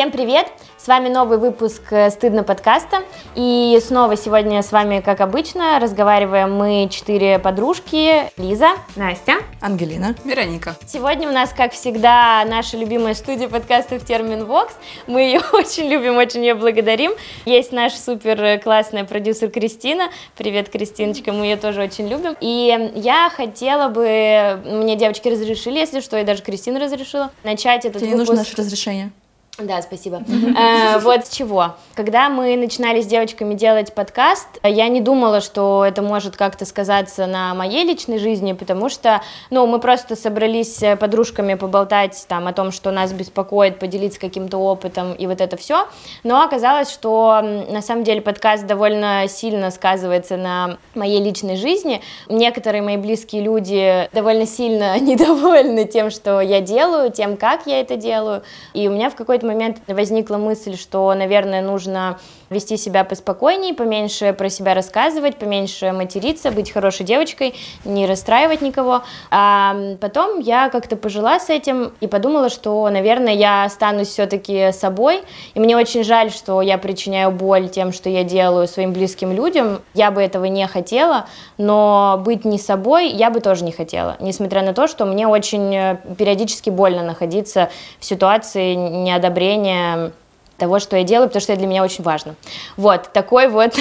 Всем привет! С вами новый выпуск «Стыдно» подкаста. И снова сегодня с вами, как обычно, разговариваем мы 4 подружки. Лиза, Настя, Ангелина, Вероника. Сегодня у нас, как всегда, наша любимая студия подкастов Терминвокс. Мы ее очень любим, очень ее благодарим. Есть наш супер классная продюсер Кристина. Привет, Кристиночка, мы ее тоже очень любим. И я хотела бы, мне девочки разрешили, если что, и даже Кристина разрешила, начать этот Тебе выпуск. не нужно наше разрешение. Да, спасибо. Вот с чего. Когда мы начинали с девочками делать подкаст, я не думала, что это может как-то сказаться на моей личной жизни, потому что, мы просто собрались с подружками поболтать там о том, что нас беспокоит, поделиться каким-то опытом и вот это все. Но оказалось, что на самом деле подкаст довольно сильно сказывается на моей личной жизни. Некоторые мои близкие люди довольно сильно недовольны тем, что я делаю, тем, как я это делаю. И у меня в какой-то момент возникла мысль, что, наверное, нужно вести себя поспокойнее, поменьше про себя рассказывать, поменьше материться, быть хорошей девочкой, не расстраивать никого. А потом я как-то пожила с этим и подумала, что, наверное, я останусь все-таки собой. И мне очень жаль, что я причиняю боль тем, что я делаю своим близким людям. Я бы этого не хотела, но быть не собой я бы тоже не хотела. Несмотря на то, что мне очень периодически больно находиться в ситуации неодобрения того, что я делаю, потому что это для меня очень важно. Вот, такой вот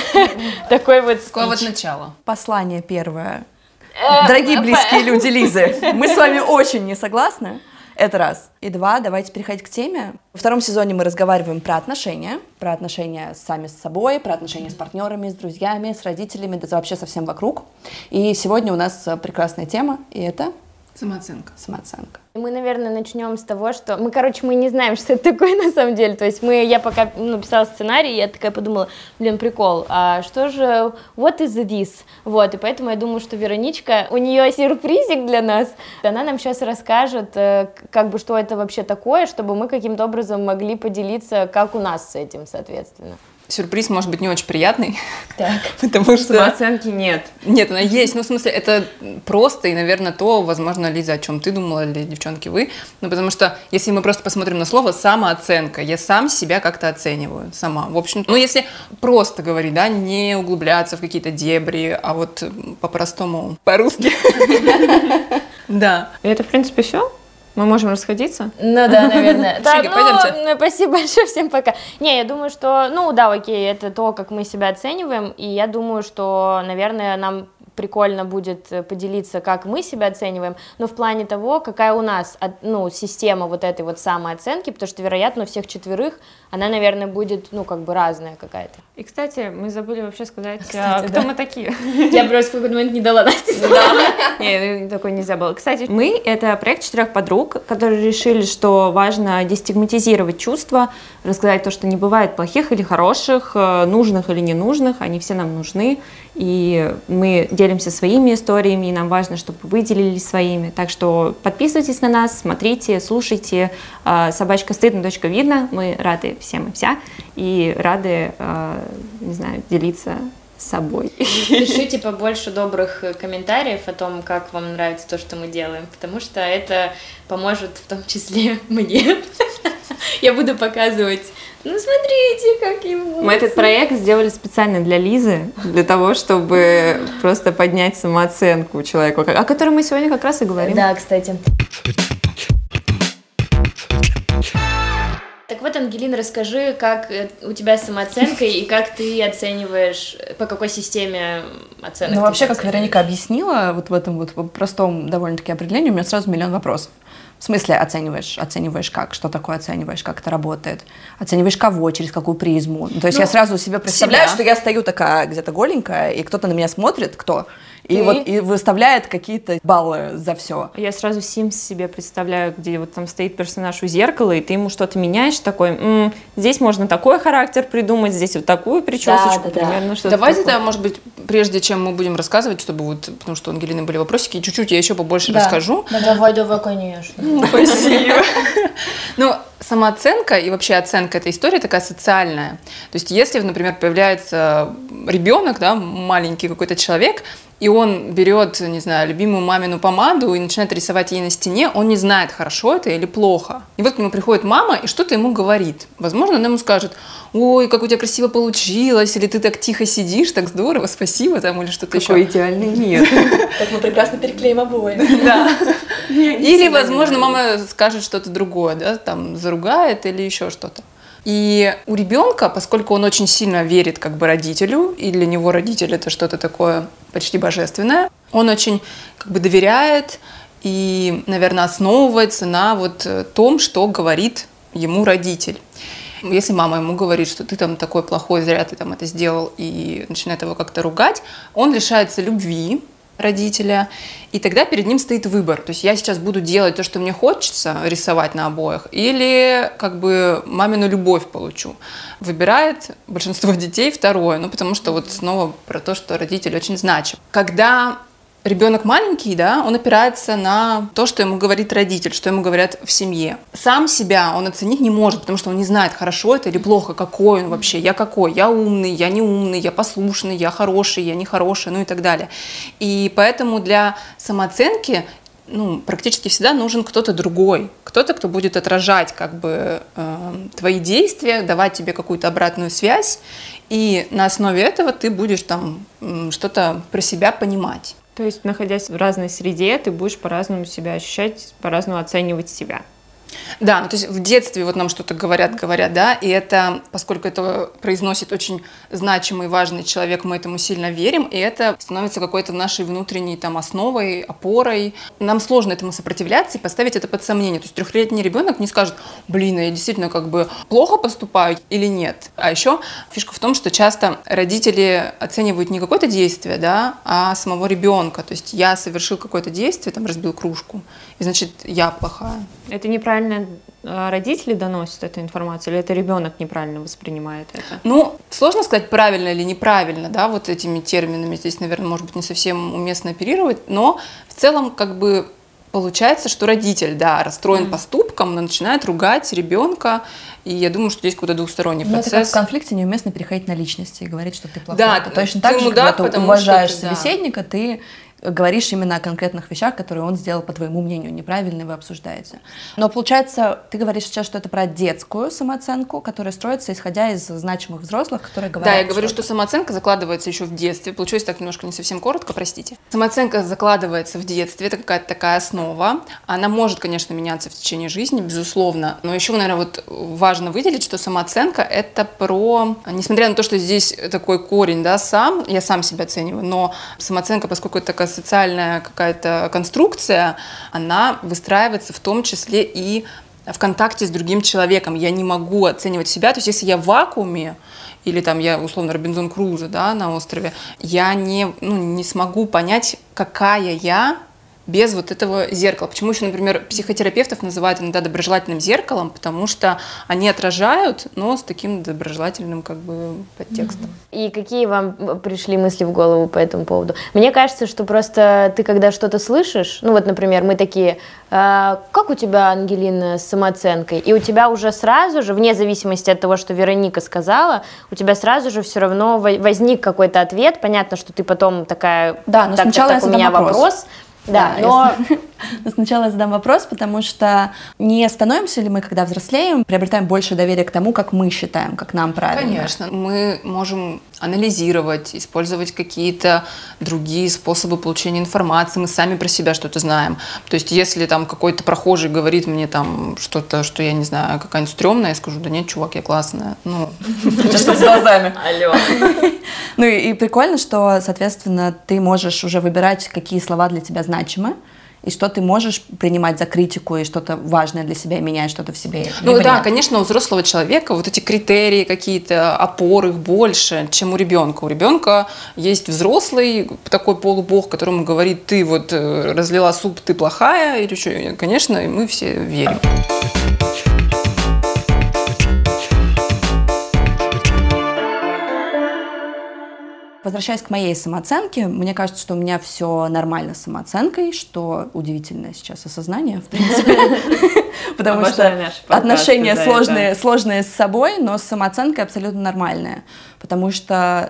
начало. Послание первое. Дорогие близкие люди Лизы, мы с вами очень не согласны. Это раз. И два, давайте переходить к теме. Во втором сезоне мы разговариваем про отношения сами с собой, про отношения с партнерами, с друзьями, с родителями, да вообще со всем вокруг. И сегодня у нас прекрасная тема, и это... Самооценка. Мы, наверное, начнем с того, что мы не знаем, что это такое на самом деле. То есть я пока писала сценарий, я такая подумала, прикол, а что же, what is this? Вот, и поэтому я думаю, что Вероничка, у нее сюрпризик для нас. Она нам сейчас расскажет, что это вообще такое, чтобы мы каким-то образом могли поделиться, как у нас с этим, соответственно. Сюрприз может быть не очень приятный, так. Потому что... Самооценки нет. Нет, она есть, в смысле, это просто, и, наверное, то, возможно, Лиза, о чем ты думала, или, девчонки, вы, потому что, если мы просто посмотрим на слово «самооценка», я сам себя как-то оцениваю сама, в общем, если просто говорить, да, не углубляться в какие-то дебри, а вот по-простому, по-русски, да. Это, в принципе, все? Мы можем расходиться? Ну да, наверное. Так, пойдемте. Спасибо большое, всем пока. Я думаю, что, окей, это то, как мы себя оцениваем, и я думаю, что, наверное, нам прикольно будет поделиться, как мы себя оцениваем, но в плане того, какая у нас, система вот этой вот самооценки, потому что, вероятно, у всех 4 она, наверное, будет, разная какая-то. И, кстати, мы забыли вообще сказать, кто мы такие. Я просто в какой-то момент не дала Насте. Нет, такое нельзя было. Кстати, мы — это проект 4 подруг, которые решили, что важно дестигматизировать чувства, рассказать то, что не бывает плохих или хороших, нужных или ненужных, они все нам нужны, и мы делимся своими историями, и нам важно, чтобы вы делились своими. Так что подписывайтесь на нас, смотрите, слушайте. @стыдно.видно. Мы рады всем и вся, и рады, делиться с собой. Пишите побольше добрых комментариев о том, как вам нравится то, что мы делаем, потому что это поможет в том числе мне. Я буду показывать, смотрите, какие молодцы. Мы этот проект сделали специально для Лизы, для того, чтобы просто поднять самооценку человека, о котором мы сегодня как раз и говорим. Да, кстати. Так вот, Ангелина, расскажи, как у тебя с самооценкой и как ты оцениваешь, по какой системе оценок? Вообще, как Вероника объяснила, вот в этом вот простом довольно-таки определении у меня сразу миллион вопросов. В смысле оцениваешь? Оцениваешь как? Что такое оцениваешь? Как это работает? Оцениваешь кого? Через какую призму? То есть я сразу себе представляю, что я стою такая где-то голенькая, и кто-то на меня смотрит, кто? И выставляет какие-то баллы за все. Я сразу Sims себе представляю, где вот там стоит персонаж у зеркала, и ты ему что-то меняешь, такой, здесь можно такой характер придумать, здесь вот такую причесочку, примерно что-то Давайте, такое. может быть, прежде чем мы будем рассказывать, чтобы потому что у Ангелины были вопросики, и чуть-чуть я еще побольше расскажу. Давай, конечно. Спасибо. самооценка и вообще оценка — это история такая социальная. То есть если, например, появляется ребенок, да, маленький какой-то человек, и он берет, не знаю, любимую мамину помаду и начинает рисовать ей на стене, он не знает, хорошо это или плохо. И вот к нему приходит мама и что-то ему говорит. Возможно, она ему скажет: ой, как у тебя красиво получилось, или ты так тихо сидишь, так здорово, спасибо, там, или что-то еще. Какой идеальный мир. Так мы прекрасно переклеим обои. Да. Или, возможно, мама скажет что-то другое, да, там, заругает или еще что-то. И у ребенка, поскольку он очень сильно верит как бы родителю, и для него родитель — это что-то такое почти божественное, он очень как бы доверяет и, наверное, основывается на вот том, что говорит ему родитель. Если мама ему говорит, что ты там такой плохой, зря ты там это сделал, и начинает его как-то ругать, он лишается любви родителя, и тогда перед ним стоит выбор. То есть я сейчас буду делать то, что мне хочется, рисовать на обоях, или как бы мамину любовь получу. Выбирает большинство детей второе, ну потому что вот снова про то, что родитель очень значим. Когда ребенок маленький, да, он опирается на то, что ему говорит родитель, что ему говорят в семье. Сам себя он оценить не может, потому что он не знает, хорошо это или плохо, какой он вообще, я какой, я умный, я не умный, я послушный, я хороший, я не хороший, ну и так далее. И поэтому для самооценки практически всегда нужен кто-то другой, кто-то, кто будет отражать как бы твои действия, давать тебе какую-то обратную связь, и на основе этого ты будешь там что-то про себя понимать. То есть, находясь в разной среде, ты будешь по-разному себя ощущать, по-разному оценивать себя. Да, ну то есть в детстве вот нам что-то говорят, да, и это, поскольку это произносит очень значимый, важный человек, мы этому сильно верим, и это становится какой-то нашей внутренней там основой, опорой. Нам сложно этому сопротивляться и поставить это под сомнение. То есть 3-летний ребенок не скажет: блин, я действительно как бы плохо поступаю или нет. А еще фишка в том, что часто родители оценивают не какое-то действие, да, а самого ребенка. То есть я совершил какое-то действие, там разбил кружку, и значит я плохая. Это неправильно родители доносят эту информацию, или это ребенок неправильно воспринимает это? Ну, сложно сказать, правильно или неправильно, да, вот этими терминами. Здесь, наверное, может быть, не совсем уместно оперировать, но в целом как бы получается, что родитель, да, расстроен поступком, но начинает ругать ребенка, и я думаю, что здесь какой-то двухсторонний процесс. Это как в конфликте неуместно переходить на личности и говорить, что ты плохой. Да, это точно так же, мудак, когда ты уважаешь собеседника, ты говоришь именно о конкретных вещах, которые он сделал, по твоему мнению, неправильно, вы обсуждаете. Но получается, ты говоришь сейчас, что это про детскую самооценку, которая строится, исходя из значимых взрослых, которые говорят. Да, я говорю, что самооценка закладывается еще в детстве. Получилось так немножко не совсем коротко, простите. Самооценка закладывается в детстве, это какая-то такая основа. Она может, конечно, меняться в течение жизни, безусловно. Но еще, наверное, вот важно выделить, что самооценка — это про... Несмотря на то, что здесь такой корень, да, я сам себя оцениваю, но самооценка, поскольку это такая социальная какая-то конструкция, она выстраивается в том числе и в контакте с другим человеком. Я не могу оценивать себя, то есть если я в вакууме, или там я, условно, Робинзон Крузо, да, на острове, я не смогу понять, какая я без вот этого зеркала. Почему еще, например, психотерапевтов называют иногда доброжелательным зеркалом? Потому что они отражают, но с таким доброжелательным как бы подтекстом. И какие вам пришли мысли в голову по этому поводу? Мне кажется, что просто ты, когда что-то слышишь, ну вот, например, мы такие: как у тебя, Ангелина, с самооценкой? И у тебя уже сразу же, вне зависимости от того, что Вероника сказала, у тебя сразу же все равно возник какой-то ответ. Понятно, что ты потом такая: да, но сначала у меня вопрос. Да, но сначала я задам вопрос, потому что не становимся ли мы, когда взрослеем, приобретаем больше доверия к тому, как мы считаем, как нам правильно? Конечно. Мы можем анализировать, использовать какие-то другие способы получения информации. Мы сами про себя что-то знаем. То есть если там какой-то прохожий говорит мне там что-то, что я не знаю, какая-нибудь стрёмная, я скажу: да нет, чувак, я классная. Что с глазами? Алло. Ну и прикольно, что, соответственно, ты можешь уже выбирать, какие слова для тебя значимы, и что ты можешь принимать за критику, и что-то важное для себя, и менять что-то в себе. Ну да, конечно, у взрослого человека вот эти критерии какие-то, опоры, их больше, чем у ребенка. У ребенка есть взрослый такой полубог, которому говорит: ты вот разлила суп, ты плохая, или что. Конечно, мы все верим. Возвращаясь к моей самооценке, мне кажется, что у меня все нормально с самооценкой, что удивительное сейчас осознание, в принципе, потому что отношения сложные с собой, но с самооценкой абсолютно нормальные, потому что,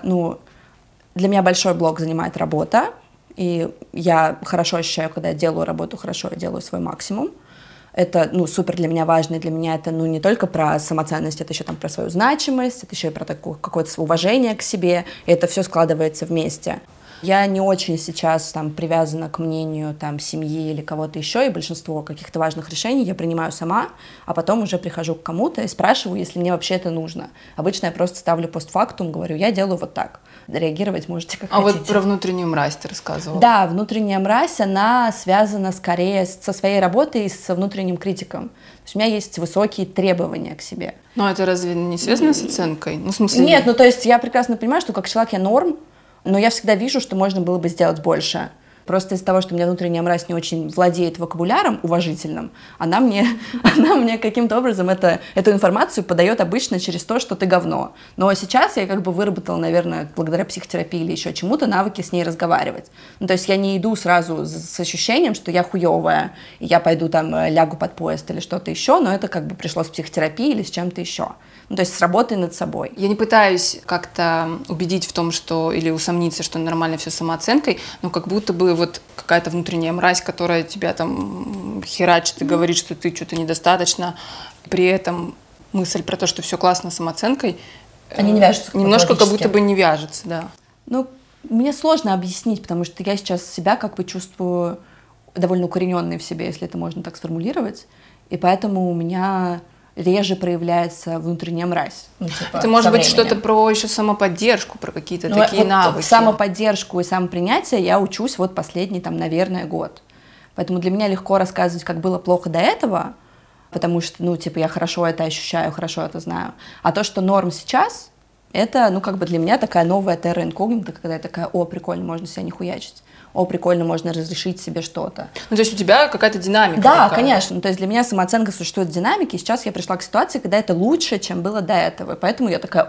для меня большой блок занимает работа, и я хорошо ощущаю, когда я делаю работу хорошо, я делаю свой максимум. Это, супер для меня важно, и для меня это, не только про самоценность, это еще про свою значимость, это еще и про такое какое-то уважение к себе, и это все складывается вместе. Я не очень сейчас привязана к мнению семьи или кого-то еще, и большинство каких-то важных решений я принимаю сама, а потом уже прихожу к кому-то и спрашиваю, если мне вообще это нужно. Обычно я просто ставлю постфактум, говорю, я делаю вот так. Реагировать можете как хотите. Вот про внутреннюю мразь ты рассказывала. Да, внутренняя мразь, она связана скорее со своей работой и со внутренним критиком. То есть у меня есть высокие требования к себе. Но это разве не связано с оценкой? В смысле... Нет, то есть я прекрасно понимаю, что как человек я норм, но я всегда вижу, что можно было бы сделать больше. Просто из-за того, что у меня внутренняя мразь не очень владеет вокабуляром уважительным, она мне каким-то образом эту информацию подает обычно через то, что ты говно. Но сейчас я выработала, наверное, благодаря психотерапии или еще чему-то, навыки с ней разговаривать. То есть я не иду сразу с ощущением, что я хуевая, и я пойду лягу под поезд или что-то еще, но это пришло с психотерапией или с чем-то еще. То есть с работой над собой. Я не пытаюсь как-то убедить в том, что или усомниться, что нормально все с самооценкой, но как будто бы какая-то внутренняя мразь, которая тебя херачит и говорит, что ты что-то недостаточно. При этом мысль про то, что все классно с самооценкой, они не вяжутся. Немножко как будто бы не вяжется, да. Мне сложно объяснить, потому что я сейчас себя чувствую довольно укорененной в себе, если это можно так сформулировать, и поэтому у меня реже проявляется внутренняя мразь. Это может быть что-то про еще самоподдержку, про какие-то такие навыки. Самоподдержку и самопринятие я учусь последний, наверное, год. Поэтому для меня легко рассказывать, как было плохо до этого, потому что, я хорошо это ощущаю, хорошо это знаю. А то, что норм сейчас, это, для меня такая новая терра инкогнита, когда я такая, прикольно, можно себя не хуячить. Прикольно, можно разрешить себе что-то. То есть у тебя какая-то динамика. Да, конечно. То есть для меня самооценка существует в динамике, и сейчас я пришла к ситуации, когда это лучше, чем было до этого. И поэтому я такая,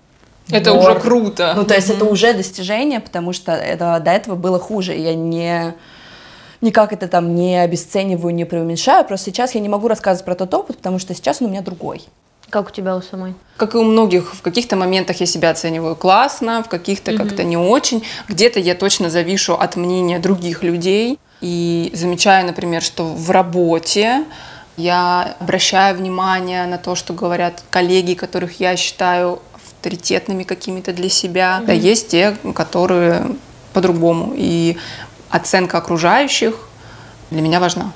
это уже круто. То есть это уже достижение, потому что до этого было хуже. И я никак это не обесцениваю, не преуменьшаю. Просто сейчас я не могу рассказывать про тот опыт, потому что сейчас он у меня другой. Как у тебя у самой? Как и у многих, в каких-то моментах я себя оцениваю классно, в каких-то как-то не очень. Где-то я точно завишу от мнения других людей. И замечаю, например, что в работе я обращаю внимание на то, что говорят коллеги, которых я считаю авторитетными какими-то для себя. Да, есть те, которые по-другому. И оценка окружающих для меня важна.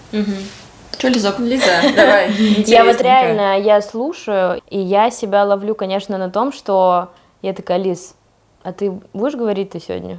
Че, Лизок? Лиза, давай. Я реально, я слушаю, и я себя ловлю, конечно, на том, что я такая, Лиз, а ты будешь говорить-то сегодня?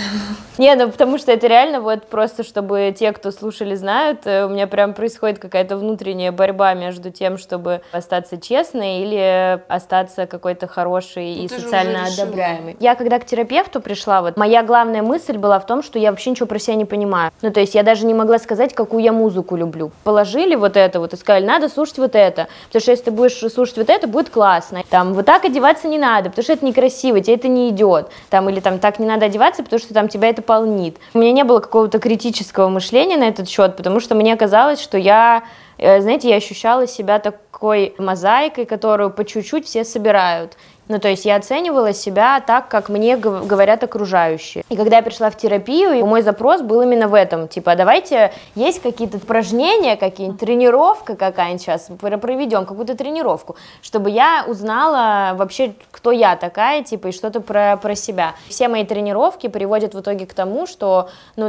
Не, потому что это реально просто, чтобы те, кто слушали, знают, у меня прям происходит какая-то внутренняя борьба между тем, чтобы остаться честной или остаться какой-то хорошей и социально одобряемой. Я когда к терапевту пришла, моя главная мысль была в том, что я вообще ничего про себя не понимаю. То есть я даже не могла сказать, какую я музыку люблю. Положили это и сказали, надо слушать это, потому что если ты будешь слушать это, будет классно. Вот так одеваться не надо, потому что это некрасиво, тебе это не идет. Или так не надо одеваться, потому что тебя это полнит. У меня не было какого-то критического мышления на этот счет, потому что мне казалось, что я ощущала себя такой мозаикой, которую по чуть-чуть все собирают. То есть я оценивала себя так, как мне говорят окружающие. И когда я пришла в терапию, мой запрос был именно в этом. Давайте, есть какие-то упражнения, какие-нибудь, тренировка какая-нибудь сейчас, проведем какую-то тренировку, чтобы я узнала вообще, кто я такая, и что-то про себя. Все мои тренировки приводят в итоге к тому, что,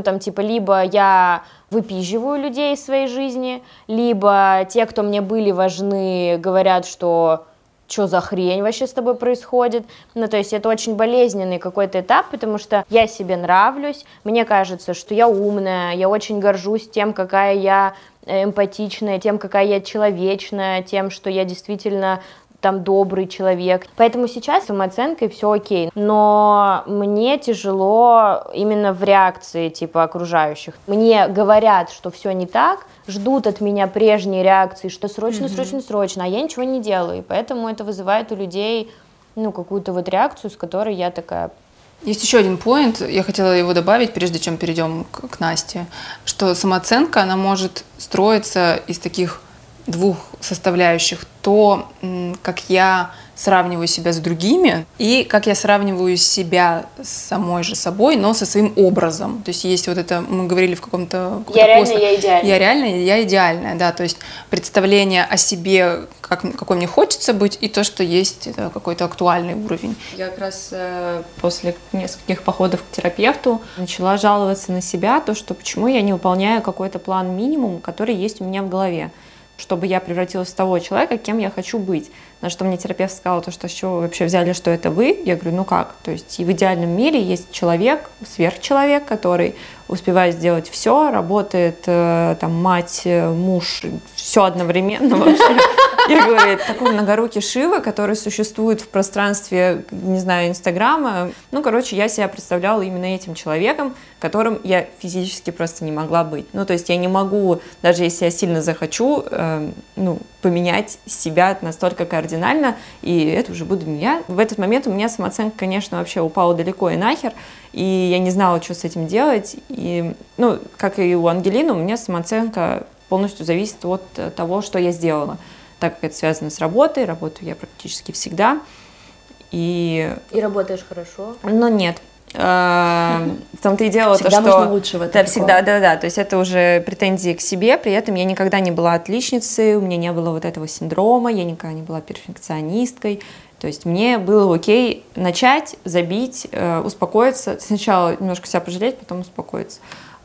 либо я выпизживаю людей из своей жизни, либо те, кто мне были важны, говорят, что за хрень вообще с тобой происходит. То есть это очень болезненный какой-то этап, потому что я себе нравлюсь, мне кажется, что я умная, я очень горжусь тем, какая я эмпатичная, тем, какая я человечная, тем, что я действительно добрый человек. Поэтому сейчас с самооценкой все окей. Но мне тяжело именно в реакции окружающих. Мне говорят, что все не так, ждут от меня прежней реакции, что срочно, а я ничего не делаю. И поэтому это вызывает у людей какую-то реакцию, с которой я такая, Есть еще один поинт, я хотела его добавить, прежде чем перейдем к Насте, что самооценка, она может строиться из таких двух составляющих. То, как я сравниваю себя с другими, и как я сравниваю себя с самой же собой, но со своим образом. То есть есть вот это, мы говорили в каком-то... Я реально, я идеальная. Я реально, я идеальная, да. То есть представление о себе, какой мне хочется быть, и то, что есть, это какой-то актуальный уровень. Я как раз после нескольких походов к терапевту начала жаловаться на себя, то, что почему я не выполняю какой-то план минимум, который есть у меня в голове, чтобы я превратилась в того человека, кем я хочу быть. На что мне терапевт сказал, то, что с чего вы вообще взяли, что это вы? Я говорю, ну как? То есть и в идеальном мире есть человек, сверхчеловек, который успевает сделать все, работает, там, мать, муж, все одновременно вообще. Я говорю, это такой многорукий Шива, который существует в пространстве, не знаю, Инстаграма. Ну, короче, я себя представляла именно этим человеком, которым я физически просто не могла быть. Ну, то есть я не могу, даже если я сильно захочу, поменять себя настолько кардинально, и это уже буду не я. В этот момент у меня самооценка, конечно, вообще упала далеко и нахер, и я не знала, что с этим делать. И, как и у Ангелины, у меня самооценка полностью зависит от того, что я сделала. Так как это связано с работой, работаю я практически всегда. И работаешь хорошо? Но нет. В том-то и дело, всегда то, что... можно лучше в этом. Да, всегда, да. То есть это уже претензии к себе, при этом я никогда не была отличницей, у меня не было вот этого синдрома, я никогда не была перфекционисткой. То есть мне было окей начать, забить, успокоиться, сначала немножко себя пожалеть, потом успокоиться.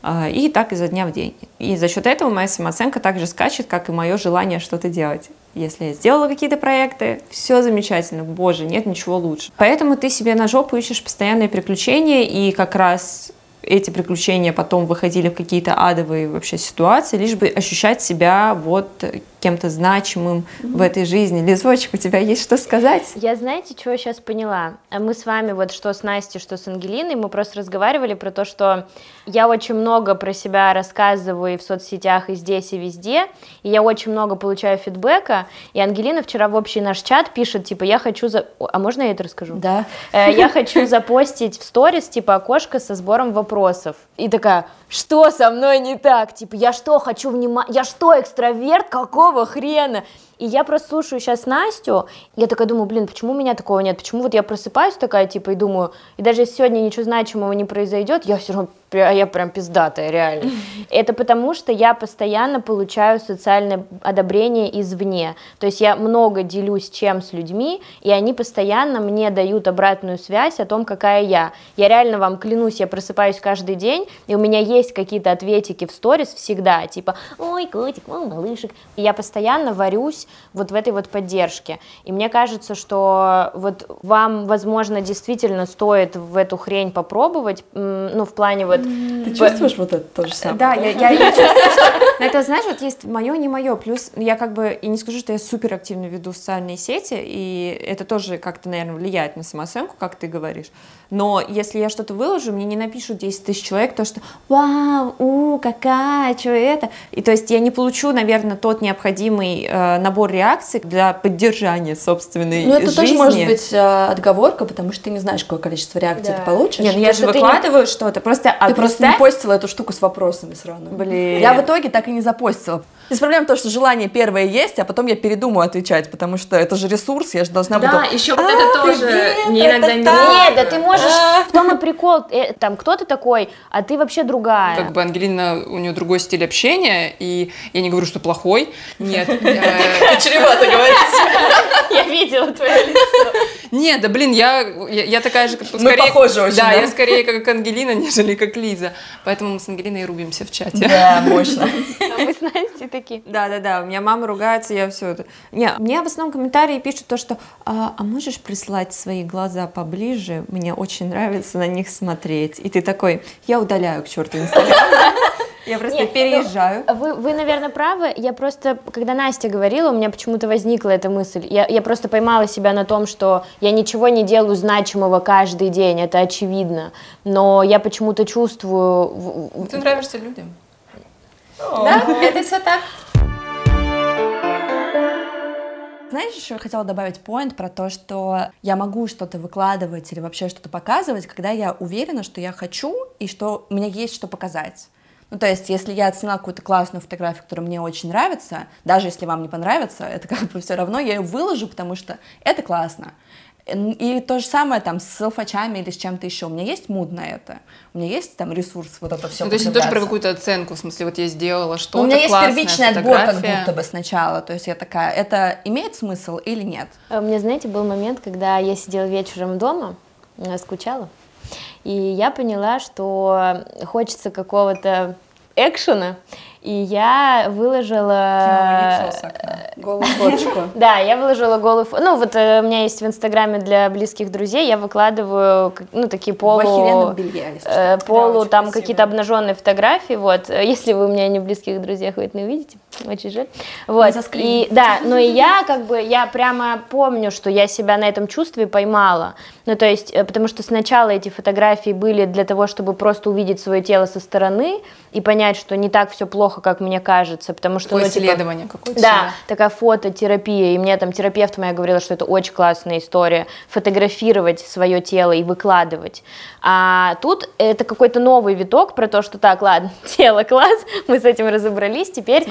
И так изо дня в день. И за счет этого моя самооценка также скачет, как и мое желание что-то делать. Если я сделала какие-то проекты, все замечательно, боже, нет ничего лучше. Поэтому ты себе на жопу ищешь постоянные приключения, и как раз эти приключения потом выходили в какие-то адовые вообще ситуации, лишь бы ощущать себя вот кем-то значимым в этой жизни. Лизочек, у тебя есть что сказать? Я, знаете, чего сейчас поняла? Мы с вами вот что с Настей, что с Ангелиной, мы просто разговаривали про то, что я очень много про себя рассказываю и в соцсетях, и здесь, и везде, и я очень много получаю фидбэка, и Ангелина вчера в общий наш чат пишет, типа, я хочу... А можно я это расскажу? Да. Я хочу запостить в сторис, типа, окошко со сбором вопросов. И такая, что со мной не так? Типа, я что, хочу внимания? Я что, экстраверт? Какого хрена? И я просто слушаю сейчас Настю, я такая думаю, почему у меня такого нет? Почему вот я просыпаюсь такая, типа, и думаю, и даже если сегодня ничего значимого не произойдет, я все равно, я прям пиздатая, реально. Это потому, что я постоянно получаю социальное одобрение извне. То есть я много делюсь чем с людьми, и они постоянно мне дают обратную связь о том, какая я. Я реально вам клянусь, я просыпаюсь каждый день, и у меня есть какие-то ответики в сторис всегда, типа, ой, котик, ой, малышек. И я постоянно варюсь вот в этой вот поддержке. И мне кажется, что вот вам, возможно, действительно стоит в эту хрень попробовать, в плане вот... Ты чувствуешь вот это то же самое? Да, я чувствую, что это, знаешь, вот есть мое, не мое. Плюс я как бы, и не скажу, что я супер активно веду социальные сети, и это тоже как-то, наверное, влияет на самооценку, как ты говоришь. Но если я что-то выложу, мне не напишут 10 тысяч человек то, что «Вау, какая, что это?» И то есть я не получу, наверное, тот необходимый набор реакций для поддержания собственной жизни. Ну, это тоже может быть отговорка, потому что ты не знаешь, какое количество реакций ты получишь. Не, я же выкладываю что-то, просто... Ты просто не постила эту штуку с вопросами сразу. Блин. Я в итоге так и не запостила. Здесь проблема в том, что желание первое есть, а потом я передумаю отвечать, потому что это же ресурс, я же должна буду... Да, еще вот это тоже иногда не... Нет, да ты можешь... В том и прикол, там кто-то такой, а ты вообще другая. Как бы Ангелина, у нее другой стиль общения, и я не говорю, что плохой, нет. Чревато говорить. Я видела твое лицо. Нет, да блин, я такая же, как Мы похожи очень, да? Да, я скорее как Ангелина, нежели как Лиза. Поэтому мы с Ангелиной рубимся в чате. Да, мощно. А мы с Настей такие. Да, у меня мама ругается, я все это... Не, мне в основном комментарии пишут то, что а можешь прислать свои глаза поближе? Мне очень нравится на них смотреть. И ты такой, я удаляю к черту Инстаграм. Я просто переезжаю. Вы, наверное, правы. Я просто, когда Настя говорила, у меня почему-то возникла эта мысль. Я просто поймала себя на том, что я ничего не делаю значимого каждый день, это очевидно. Но я почему-то чувствую... Ты нравишься людям. Да, это все так. Знаешь, еще я хотела добавить поинт про то, что я могу что-то выкладывать или вообще что-то показывать, когда я уверена, что я хочу и что у меня есть что показать. Ну, то есть, если я оценила какую-то классную фотографию, которая мне очень нравится, даже если вам не понравится, это как бы все равно я ее выложу, потому что это классно. И то же самое там с селфачами или с чем-то еще. У меня есть муд на это. У меня есть там ресурс вот это все. Ну, то есть тоже про какую-то оценку, в смысле, вот я сделала что-то классное. У меня есть первичный отбор как будто бы сначала. То есть я такая, это имеет смысл или нет? У меня, знаете, был момент, когда я сидела вечером дома, скучала, и я поняла, что хочется какого-то экшена, и я выложила... Голую фоточку. Да, я выложила голую фотку. Ну, вот у меня есть в Инстаграме для близких друзей, я выкладываю, ну, такие полу... полу, там, какие-то обнаженные фотографии, вот. Если вы у меня не в близких друзьях, вы это не увидите, очень жаль. Вот. И, да, но и я, как бы, я прямо помню, что я себя на этом чувстве поймала. Ну, то есть, потому что сначала эти фотографии были для того, чтобы просто увидеть свое тело со стороны и понять, что не так все плохо, как мне кажется, потому что... Такое исследование какое-то. Да, такая фототерапия, и мне там терапевт моя говорила, что это очень классная история, фотографировать свое тело и выкладывать. А тут это какой-то новый виток про то, что так, ладно, тело класс, мы с этим разобрались, теперь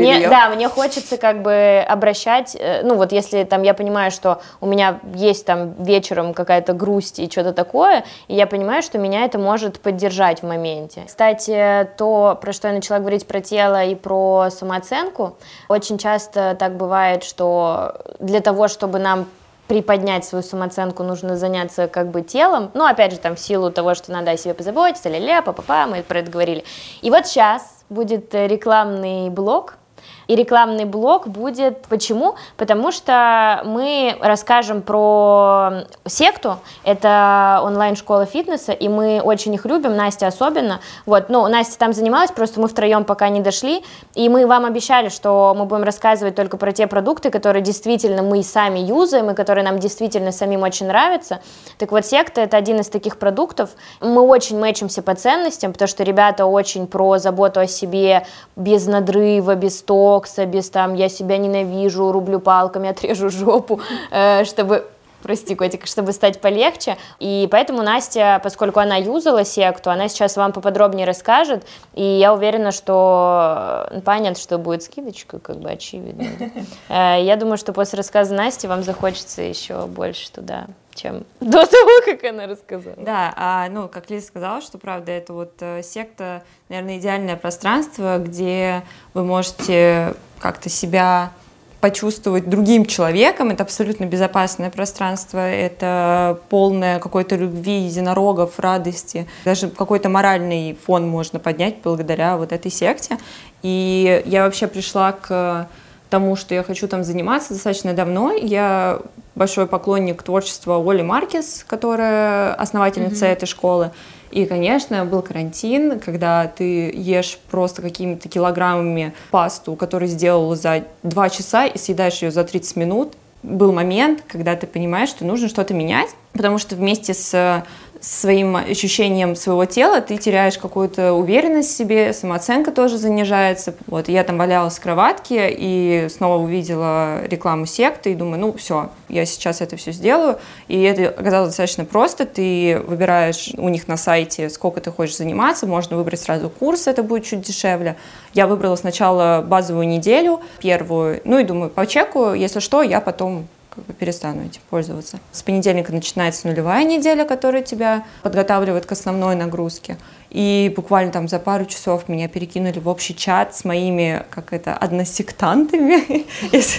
мне хочется как бы обращать, ну вот если там я понимаю, что у меня есть там вечером какая-то грусть и что-то такое, и я понимаю, что меня это может поддержать в моменте. Кстати, то, про что я начала говорить про тело и про самооценку, очень часто так бывает, что для того, чтобы нам приподнять свою самооценку, нужно заняться как бы телом, ну, опять же, там, в силу того, что надо о себе позаботиться, ля-ля, па-па-па, мы про это говорили. И вот сейчас будет рекламный блок, и рекламный блок будет... Почему? Потому что мы расскажем про секту, это онлайн-школа фитнеса, и мы очень их любим, Настя особенно. Вот, ну, Настя там занималась, просто мы втроем пока не дошли, и мы вам обещали, что мы будем рассказывать только про те продукты, которые действительно мы сами юзаем, и которые нам действительно самим очень нравятся. Так вот, секта — это один из таких продуктов. Мы очень мэчимся по ценностям, потому что ребята очень про заботу о себе, без надрыва, без токса, без там «я себя ненавижу, рублю палками, отрежу жопу», чтобы... Прости, котик, чтобы стать полегче. И поэтому Настя, поскольку она юзала секту, она сейчас вам поподробнее расскажет. И я уверена, что понятно, что будет скидочка, как бы очевидно. Я думаю, что после рассказа Насти вам захочется еще больше туда, чем до того, как она рассказала. Да, ну, как Лиза сказала, что правда, это вот секта, наверное, идеальное пространство, где вы можете как-то себя почувствовать другим человеком. Это абсолютно безопасное пространство, это полное какой-то любви, единорогов, радости. Даже какой-то моральный фон можно поднять благодаря вот этой секте. И я вообще пришла к тому, что я хочу там заниматься достаточно давно. Я большой поклонник творчества Оли Маркес, которая основательница этой школы. И, конечно, был карантин, когда ты ешь просто какими-то килограммами пасту, которую сделал за 2 часа и съедаешь ее за 30 минут. Был момент, когда ты понимаешь, что нужно что-то менять, потому что вместе с своим ощущением своего тела ты теряешь какую-то уверенность в себе, самооценка тоже занижается. Вот, я там валялась в кроватке и снова увидела рекламу секты и думаю, ну все, я сейчас это все сделаю. И это оказалось достаточно просто. Ты выбираешь у них на сайте, сколько ты хочешь заниматься, можно выбрать сразу курс, это будет чуть дешевле. Я выбрала сначала базовую неделю, первую, ну и думаю, по чеку, если что, я потом перестану этим пользоваться. С понедельника начинается нулевая неделя, которая тебя подготавливает к основной нагрузке. И буквально там за пару часов меня перекинули в общий чат с моими, односектантами.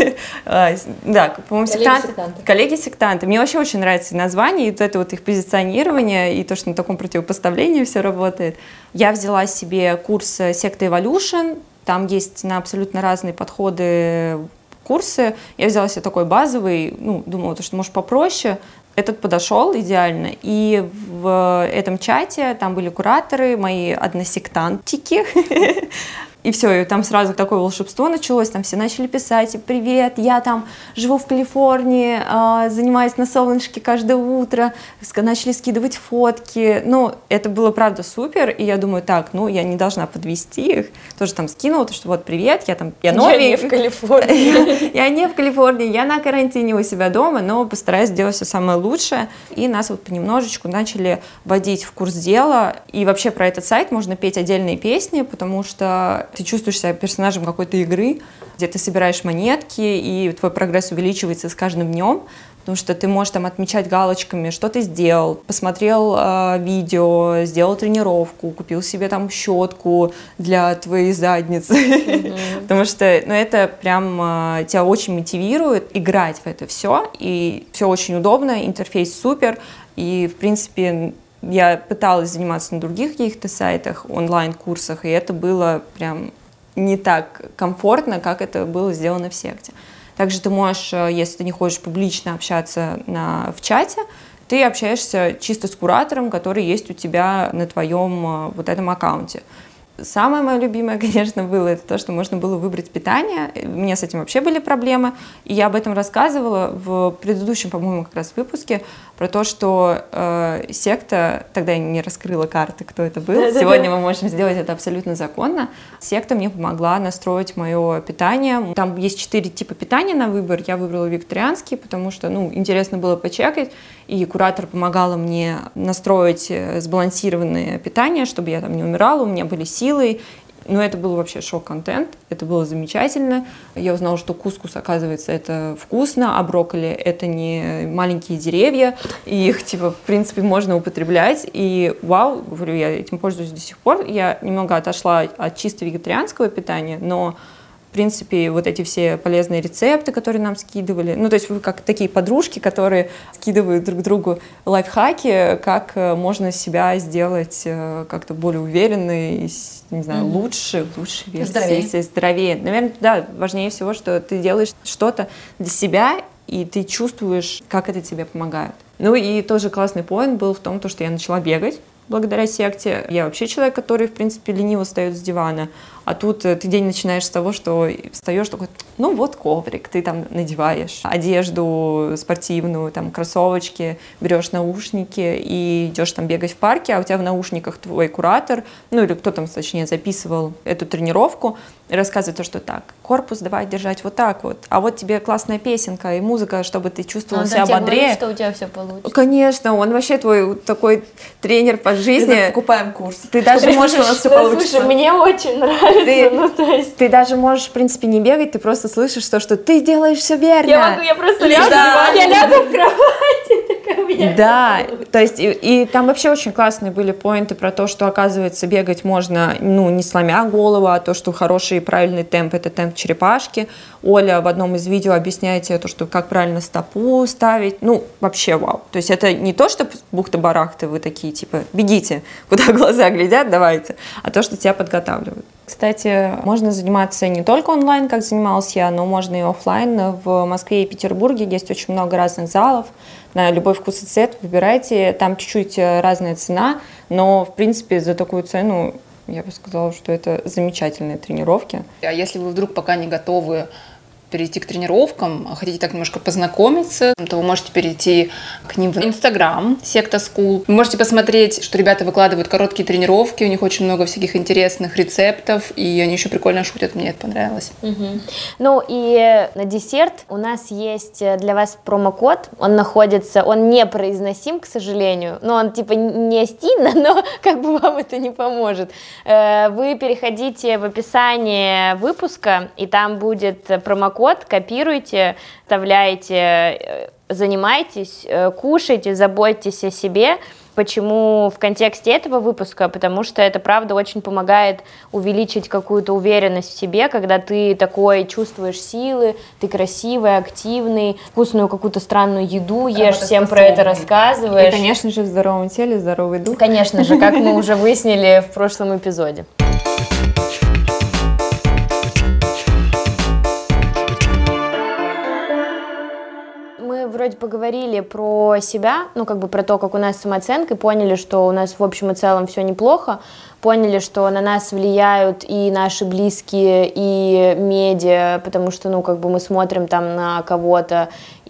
Да, по-моему, коллеги-сектанты. Мне вообще очень нравится название, и это вот их позиционирование, и то, что на таком противопоставлении все работает. Я взяла себе курс «Секта Evolution». Там есть на абсолютно разные подходы курсы. Я взяла себе такой базовый, думала, что может попроще. Этот подошел идеально. И в этом чате там были кураторы, мои односектантики. И все, и там сразу такое волшебство началось, там все начали писать: привет, я там живу в Калифорнии, занимаюсь на солнышке каждое утро, начали скидывать фотки. Ну, это было, правда, супер, и я думаю, так, ну, я не должна подвести их. Тоже там скинула, что вот, привет, я новенькая. Я не в Калифорнии. Я не в Калифорнии, я на карантине у себя дома, но постараюсь сделать все самое лучшее. И нас вот понемножечку начали вводить в курс дела. И вообще про этот сайт можно петь отдельные песни, потому что ты чувствуешь себя персонажем какой-то игры, где ты собираешь монетки, и твой прогресс увеличивается с каждым днем, потому что ты можешь там отмечать галочками, что ты сделал, посмотрел видео, сделал тренировку, купил себе там щетку для твоей задницы, потому что это прям тебя очень мотивирует играть в это все, и все очень удобно, интерфейс супер, и в принципе я пыталась заниматься на других каких-то сайтах, онлайн-курсах, и это было прям не так комфортно, как это было сделано в секте. Также ты можешь, если ты не хочешь публично общаться в чате, ты общаешься чисто с куратором, который есть у тебя на твоем вот этом аккаунте. Самое мое любимое, конечно, было это то, что можно было выбрать питание. У меня с этим вообще были проблемы, и я об этом рассказывала в предыдущем, по-моему, как раз выпуске, про то, что секта, тогда я не раскрыла карты, кто это был, сегодня мы можем сделать это абсолютно законно. Секта мне помогла настроить мое питание. Там есть 4 типа питания на выбор, я выбрала вегетарианский, потому что, интересно было почекать, и куратор помогала мне настроить сбалансированное питание, чтобы я там не умирала, у меня были силы. Но это был вообще шок-контент, это было замечательно. Я узнала, что кускус, оказывается, это вкусно, а брокколи — это не маленькие деревья, и их, в принципе, можно употреблять. И вау, говорю, я этим пользуюсь до сих пор. Я немного отошла от чисто вегетарианского питания, но в принципе, вот эти все полезные рецепты, которые нам скидывали, то есть вы как такие подружки, которые скидывают друг другу лайфхаки, как можно себя сделать как-то более уверенной, не знаю, лучше версии, здоровее. Наверное, да, важнее всего, что ты делаешь что-то для себя, и ты чувствуешь, как это тебе помогает. И тоже классный поинт был в том, что я начала бегать благодаря секте. Я вообще человек, который, в принципе, лениво встает с дивана. А тут ты день начинаешь с того, что встаешь такой, вот коврик, ты там надеваешь одежду спортивную, там кроссовочки, берешь наушники и идешь там бегать в парке, а у тебя в наушниках твой куратор, или кто там, точнее, записывал эту тренировку, и рассказывает то, что так, корпус давай держать вот так вот, а вот тебе классная песенка и музыка, чтобы ты чувствовал себя бодрее. Что у тебя все получится. Конечно, он вообще твой такой тренер по жизни. Покупаем курс. Ты даже можешь, у нас все получится. Слушай, мне очень нравится. Ты даже можешь, в принципе, не бегать, ты просто слышишь то, что ты делаешь все верно. Я просто лягу, я лягу в кровати, такая у меня. Да, то есть и там вообще очень классные были поинты про то, что, оказывается, бегать можно, не сломя голову, а то, что хороший и правильный темп — это темп черепашки. Оля в одном из видео объясняет тебе то, что как правильно стопу ставить. Вообще вау. То есть это не то, что бухта-барахта, вы такие, бегите, куда глаза глядят, давайте, а то, что тебя подготавливают. Кстати, можно заниматься не только онлайн, как занималась я, но можно и офлайн. В Москве и Петербурге есть очень много разных залов. На любой вкус и цвет выбирайте. Там чуть-чуть разная цена, но, в принципе, за такую цену я бы сказала, что это замечательные тренировки. А если вы вдруг пока не готовы перейти к тренировкам, хотите так немножко познакомиться, то вы можете перейти к ним в Instagram, секта School. Вы можете посмотреть, что ребята выкладывают короткие тренировки, у них очень много всяких интересных рецептов, и они еще прикольно шутят, мне это понравилось. И на десерт у нас есть для вас промокод, он не произносим, к сожалению, но он не стильно, но вам это не поможет. Вы переходите в описание выпуска, и там будет промокод, копируйте, вставляйте, занимайтесь, кушайте, заботьтесь о себе. Почему в контексте этого выпуска? Потому что это, правда, очень помогает увеличить какую-то уверенность в себе, когда ты такой чувствуешь силы, ты красивый, активный, вкусную какую-то странную еду ешь, всем про это рассказываешь. И, конечно же, в здоровом теле здоровый дух. Конечно же, как мы уже выяснили в прошлом эпизоде. Мы вроде поговорили про себя, про то, как у нас самооценка, и поняли, что у нас в общем и целом все неплохо. поняли, что на нас влияют и наши близкие, и медиа, потому что, ну, как бы мы смотрим там на кого-то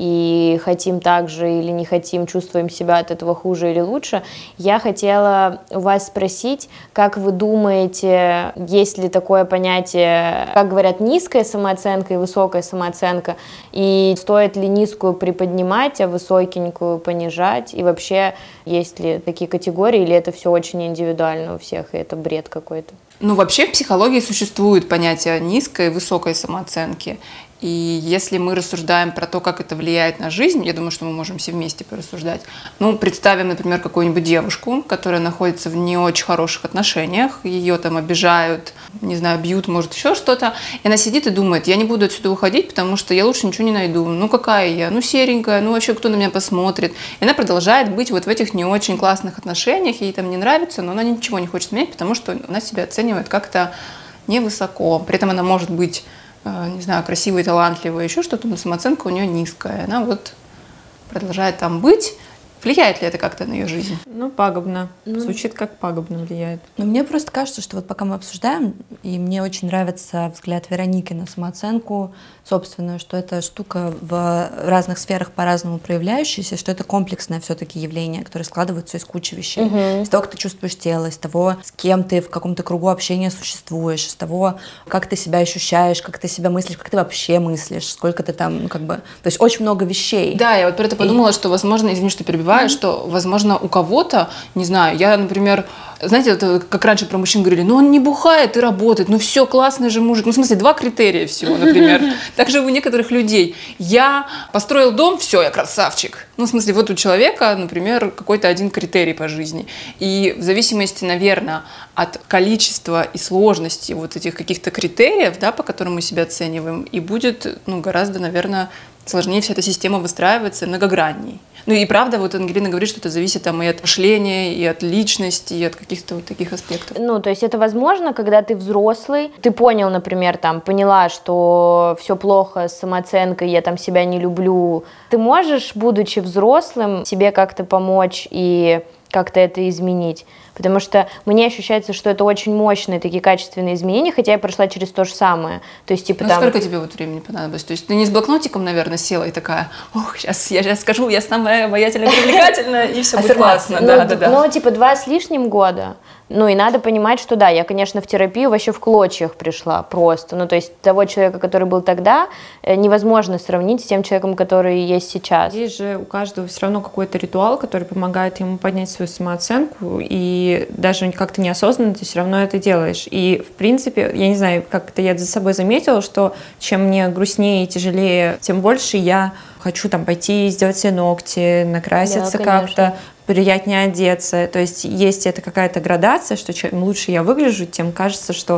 и хотим так же или не хотим, чувствуем себя от этого хуже или лучше. Я хотела у вас спросить, как вы думаете, есть ли такое понятие, как говорят, низкая самооценка и высокая самооценка, и стоит ли низкую приподнимать, а высокенькую понижать, и вообще есть ли такие категории, или это все очень индивидуально у всех, и это бред какой-то? Ну, вообще в психологии существует понятие низкой и высокой самооценки. И если мы рассуждаем про то, как это влияет на жизнь, я думаю, что мы можем все вместе порассуждать. Ну, представим, например, какую-нибудь девушку, которая находится в не очень хороших отношениях, ее там обижают, не знаю, бьют, может, еще что-то, и она сидит и думает, я не буду отсюда уходить, потому что я лучше ничего не найду. Ну, какая я? Ну, серенькая, ну, вообще, кто на меня посмотрит? И она продолжает быть вот в этих не очень классных отношениях, ей там не нравится, но она ничего не хочет менять, потому что она себя оценивает как-то невысоко. При этом она может быть, не знаю, красивая, талантливая, еще что-то, но самооценка у нее низкая. Она вот продолжает там быть. Влияет ли это как-то на ее жизнь? Ну, пагубно. Звучит как пагубно влияет. Но мне просто кажется, что вот пока мы обсуждаем, и мне очень нравится взгляд Вероники на самооценку собственную, что это штука в разных сферах по-разному проявляющаяся, что это комплексное все-таки явление, которое складывается из кучи вещей. Из того, как ты чувствуешь тело, из того, с кем ты в каком-то кругу общения существуешь, из того, как ты себя ощущаешь, как ты себя мыслишь, как ты вообще мыслишь, сколько ты там, ну, как бы... То есть очень много вещей. Да, я вот про это подумала, что, возможно, извини, что перебиваю, что, возможно, у кого-то, не знаю, я, например, знаете, это как раньше про мужчин говорили, ну он не бухает и работает, ну все, классный же мужик. Ну, в смысле, 2 критерия всего, например. Также у некоторых людей. Я построил дом, все, я красавчик. Ну, в смысле, вот у человека, например, какой-то один критерий по жизни. И в зависимости, наверное, от количества и сложности вот этих каких-то критериев, да, по которым мы себя оцениваем, и будет, ну, гораздо, наверное, сложнее вся эта система выстраивается, многогранней. Ну и правда, вот Ангелина говорит, что это зависит там и от мышления, и от личности, и от каких-то вот таких аспектов. Ну, то есть это возможно, когда ты взрослый, ты понял, например, там, поняла, что все плохо с самооценкой, я там себя не люблю. Ты можешь, будучи взрослым, себе как-то помочь и как-то это изменить? Потому что мне ощущается, что это очень мощные такие качественные изменения, хотя я прошла через то же самое. То есть, типа, там... Сколько тебе вот времени понадобилось? То есть ты не с блокнотиком, наверное, села и такая, ох, сейчас я скажу, я самая обаятельная, привлекательная, и все будет классно. Ну, типа, 2 с лишним года. Ну, и надо понимать, что да, я, конечно, в терапию вообще в клочьях пришла просто. Ну, то есть того человека, который был тогда, невозможно сравнить с тем человеком, который есть сейчас. Здесь же у каждого все равно какой-то ритуал, который помогает ему поднять свою самооценку, и даже как-то неосознанно ты все равно это делаешь. И, в принципе, я не знаю, как-то я за собой заметила, что чем мне грустнее и тяжелее, тем больше я хочу там пойти сделать себе ногти, накраситься, да, как-то, приятнее одеться. То есть есть это какая-то градация, что чем лучше я выгляжу, тем кажется, что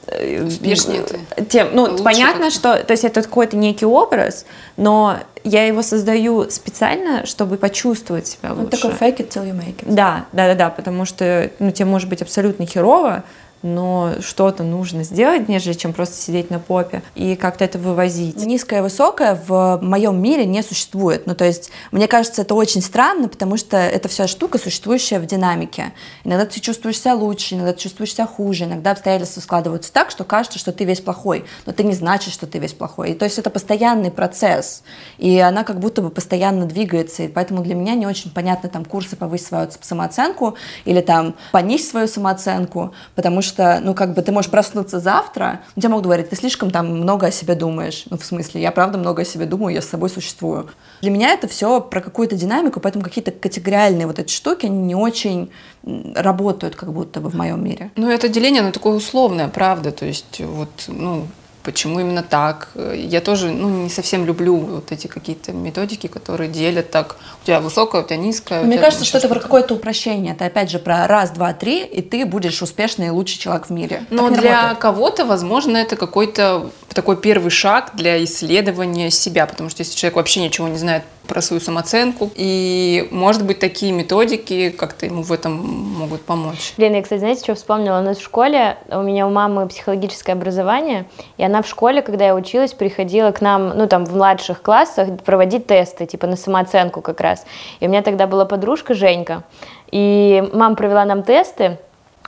успешнее ты. Тем, ну, понятно, что то есть это какой-то некий образ, но я его создаю специально, чтобы почувствовать себя лучше. Такой fake it till you make it. Да, потому что тебе может быть абсолютно херово, но что-то нужно сделать, нежели чем просто сидеть на попе и как-то это вывозить. Низкое и высокое в моем мире не существует. Ну, то есть, мне кажется, это очень странно, потому что это вся штука, существующая в динамике. Иногда ты чувствуешь себя лучше, иногда ты чувствуешь себя хуже, иногда обстоятельства складываются так, что кажется, что ты весь плохой, но это не значит, что ты весь плохой. И, то есть, это постоянный процесс, и она как будто бы постоянно двигается, и поэтому для меня не очень понятны там курсы «Повысь свою самооценку» или там «Понизь свою самооценку», потому что, ну, как бы ты можешь проснуться завтра, тебе могут говорить, ты слишком там много о себе думаешь. Ну, в смысле, я правда много о себе думаю, я с собой существую. Для меня это все про какую-то динамику, поэтому какие-то категориальные вот эти штуки, они не очень работают как будто бы в моем мире. Ну, это деление, оно такое условное, правда, то есть вот, ну, почему именно так? Я тоже, ну, не совсем люблю вот эти какие-то методики, которые делят так. У тебя высокая, у тебя низкая. Мне кажется, что это про какое-то упрощение. Это опять же про 1, 2, 3, и ты будешь успешный и лучший человек в мире. Но для кого-то, возможно, это какой-то такой первый шаг для исследования себя, потому что если человек вообще ничего не знает про свою самооценку, и, может быть, такие методики как-то ему в этом могут помочь. Блин, я, кстати, знаете, что вспомнила? У нас в школе, у меня у мамы психологическое образование, и она в школе, когда я училась, приходила к нам, ну, там, в младших классах проводить тесты, типа, на самооценку как раз. И у меня тогда была подружка Женька, и мама провела нам тесты,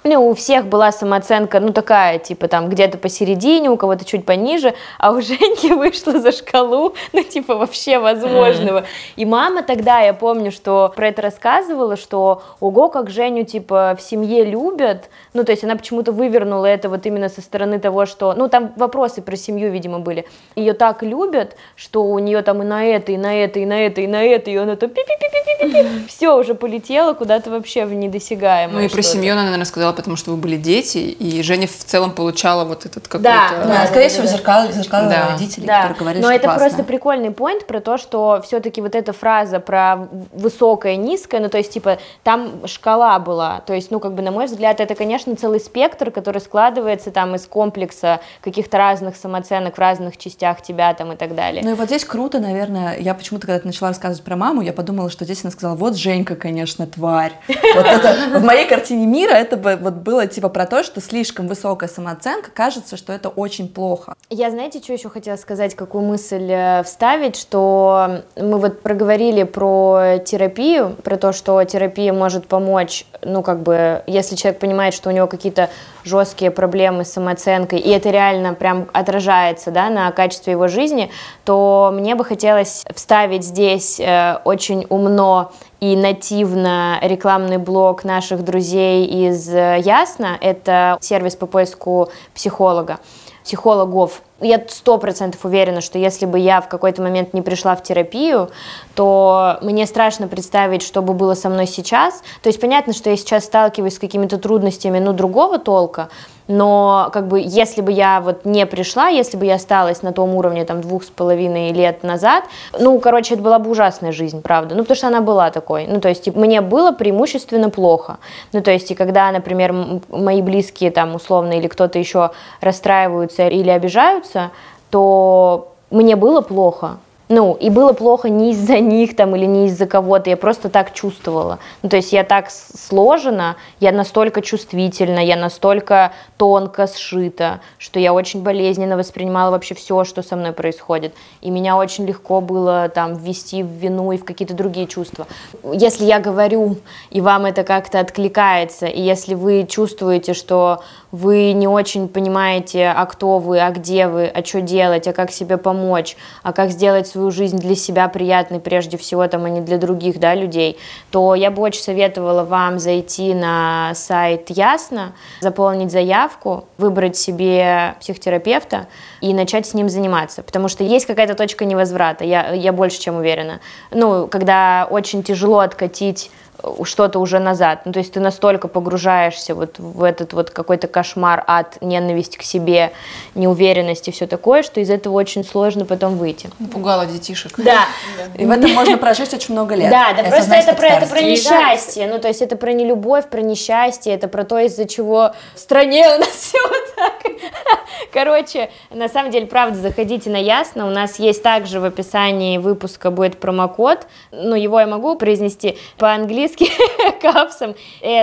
Ну, у всех была самооценка, ну, такая, типа, там, где-то посередине, у кого-то чуть пониже, а у Женьки вышла за шкалу, ну, типа, вообще возможного. И мама тогда, я помню, что про это рассказывала, что, ого, как Женю, типа, в семье любят, ну, то есть она почему-то вывернула это вот именно со стороны того, что, ну, там вопросы про семью, видимо, были. Ее так любят, что у нее там и на это, и на это, и на это, и на это, и она там пи-пи-пи-пи-пи-пи, все уже полетело куда-то вообще в недосягаемое. Ну, и про семью она, наверное, сказала, потому что вы были дети, и Женя в целом получала вот этот какой-то... Да, скорее всего, зеркало родителей, которые говорили, но что это классно. просто прикольный поинт про то, что все-таки вот эта фраза про высокое, низкое, ну, то есть, типа, там шкала была, то есть, ну, как бы, на мой взгляд, это, конечно, целый спектр, который складывается там из комплекса каких-то разных самооценок в разных частях тебя там и так далее. Ну, и вот здесь круто, наверное, я почему-то, когда ты начала рассказывать про маму, я подумала, что здесь она сказала, вот Женька, конечно, тварь. Вот это в моей картине мира это вот было типа про то, что слишком высокая самооценка, кажется, что это очень плохо. Я, знаете, что еще хотела сказать, какую мысль вставить, что мы вот проговорили про терапию, про то, что терапия может помочь, ну, как бы, если человек понимает, что у него какие-то жесткие проблемы с самооценкой, и это реально прям отражается, да, на качестве его жизни, то мне бы хотелось вставить здесь очень умно и нативно рекламный блог наших друзей из Ясно. Это сервис по поиску психологов. Я 100% уверена, что если бы я в какой-то момент не пришла в терапию, то мне страшно представить, что бы было со мной сейчас. То есть понятно, что я сейчас сталкиваюсь с какими-то трудностями, ну, другого толка, но как бы если бы я вот не пришла, если бы я осталась на том уровне там 2,5 лет назад, ну, короче, это была бы ужасная жизнь, правда, ну, потому что она была такой, ну, то есть типа, мне было преимущественно плохо, ну, то есть и когда, например, мои близкие там условно или кто-то еще расстраиваются или обижаются, то мне было плохо. Ну, и было плохо не из-за них там или не из-за кого-то, я просто так чувствовала. Ну, то есть я так сложена, я настолько чувствительна, я настолько тонко сшита, что я очень болезненно воспринимала вообще все, что со мной происходит. И меня очень легко было там ввести в вину и в какие-то другие чувства. Если я говорю, и вам это как-то откликается, и если вы чувствуете, что вы не очень понимаете, а кто вы, а где вы, а что делать, а как себе помочь, а как сделать свою жизнь для себя приятной прежде всего, там, а не для других, да, людей, то я бы очень советовала вам зайти на сайт Ясно, заполнить заявку, выбрать себе психотерапевта и начать с ним заниматься, потому что есть какая-то точка невозврата, я больше чем уверена. Ну, когда очень тяжело откатить что-то уже назад. Ну, то есть ты настолько погружаешься вот в этот вот какой-то кошмар, ад, ненависть к себе, неуверенность и все такое, что из этого очень сложно потом выйти. Напугала детишек. Да. И в этом можно прожить очень много лет. Да, да, просто это про старости. несчастье. Ну, то есть это про нелюбовь, про несчастье, это про то, из-за чего в стране у нас все вот так. Короче, на самом деле, правда, заходите на Ясно. У нас есть также в описании выпуска будет промокод. Ну, его я могу произнести по-английски капсом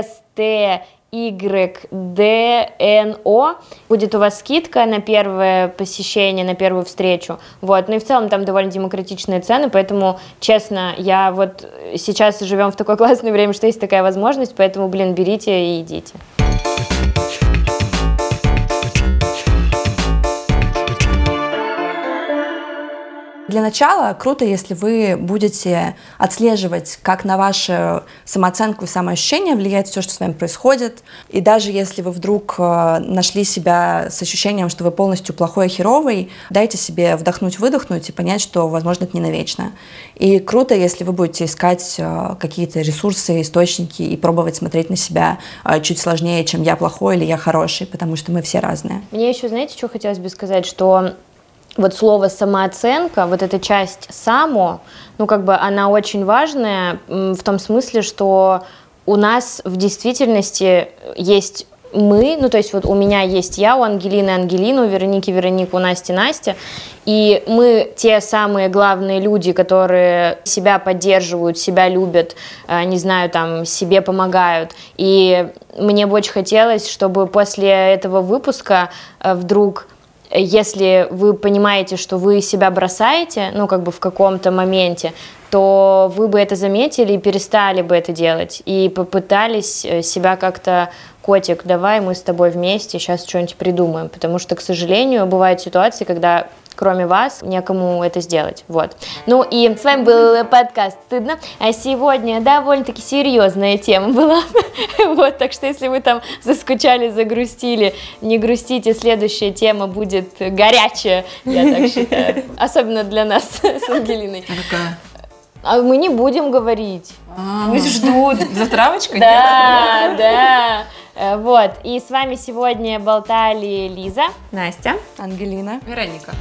STYDNO. Будет у вас скидка на первое посещение, на первую встречу. Вот. Ну и в целом там довольно демократичные цены, поэтому, честно, я вот сейчас живем в такое классное время, что есть такая возможность, поэтому, блин, берите и идите. Для начала круто, если вы будете отслеживать, как на вашу самооценку и самоощущение влияет все, что с вами происходит. И даже если вы вдруг нашли себя с ощущением, что вы полностью плохой и херовый, дайте себе вдохнуть-выдохнуть и понять, что, возможно, это не навечно. И круто, если вы будете искать какие-то ресурсы, источники и пробовать смотреть на себя чуть сложнее, чем я плохой или я хороший, потому что мы все разные. Мне еще, знаете, что хотелось бы сказать, что вот слово самооценка, вот эта часть само, ну как бы она очень важная в том смысле, что у нас в действительности есть мы, ну то есть вот у меня есть я, у Ангелины Ангелина, у Вероники Вероника, у Насти Настя, и мы те самые главные люди, которые себя поддерживают, себя любят, не знаю, там, себе помогают, и мне бы очень хотелось, чтобы после этого выпуска вдруг если вы понимаете, что вы себя бросаете, ну, как бы в каком-то моменте, то вы бы это заметили и перестали бы это делать, и попытались себя как-то: котик, давай мы с тобой вместе сейчас что-нибудь придумаем, потому что, к сожалению, бывают ситуации, когда кроме вас некому это сделать, вот. Ну и с вами был подкаст «Стыдно», а сегодня довольно-таки серьезная тема была, вот, так что если вы там заскучали, загрустили, не грустите, следующая тема будет горячая, я так считаю, особенно для нас с Ангелиной. А мы не будем говорить. Пусть ждут. За травочкой? Да, да. Вот. И с вами сегодня болтали Лиза, Настя, Ангелина, Вероника.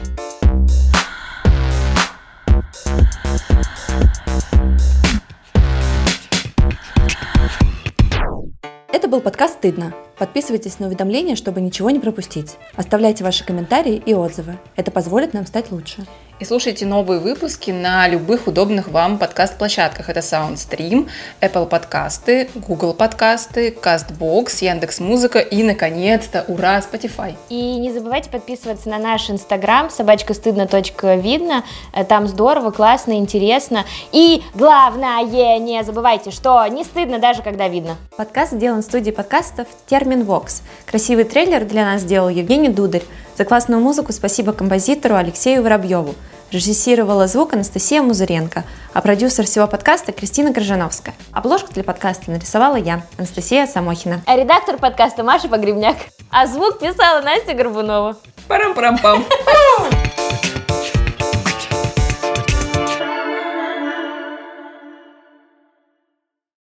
Это был подкаст «Стыдно». Подписывайтесь на уведомления, чтобы ничего не пропустить. Оставляйте ваши комментарии и отзывы. Это позволит нам стать лучше. И слушайте новые выпуски на любых удобных вам подкаст-площадках. Это SoundStream, Apple подкасты, Google подкасты, CastBox, Яндекс.Музыка и, наконец-то, ура, Spotify. и не забывайте подписываться на наш Инстаграм _стыдно.видно. Там здорово, классно, интересно. И главное, не забывайте, что не стыдно даже когда видно. Подкаст сделан в студии подкастов Терминвокс. Красивый трейлер для нас сделал Евгений Дударь. За классную музыку спасибо композитору Алексею Воробьеву. Режиссировала звук Анастасия Музыренко, а продюсер всего подкаста Кристина Крыжановская. Обложку для подкаста нарисовала я, Анастасия Самохина. А редактор подкаста Маша Погребняк. А звук писала Настя Горбунова. Парам-парам-пам.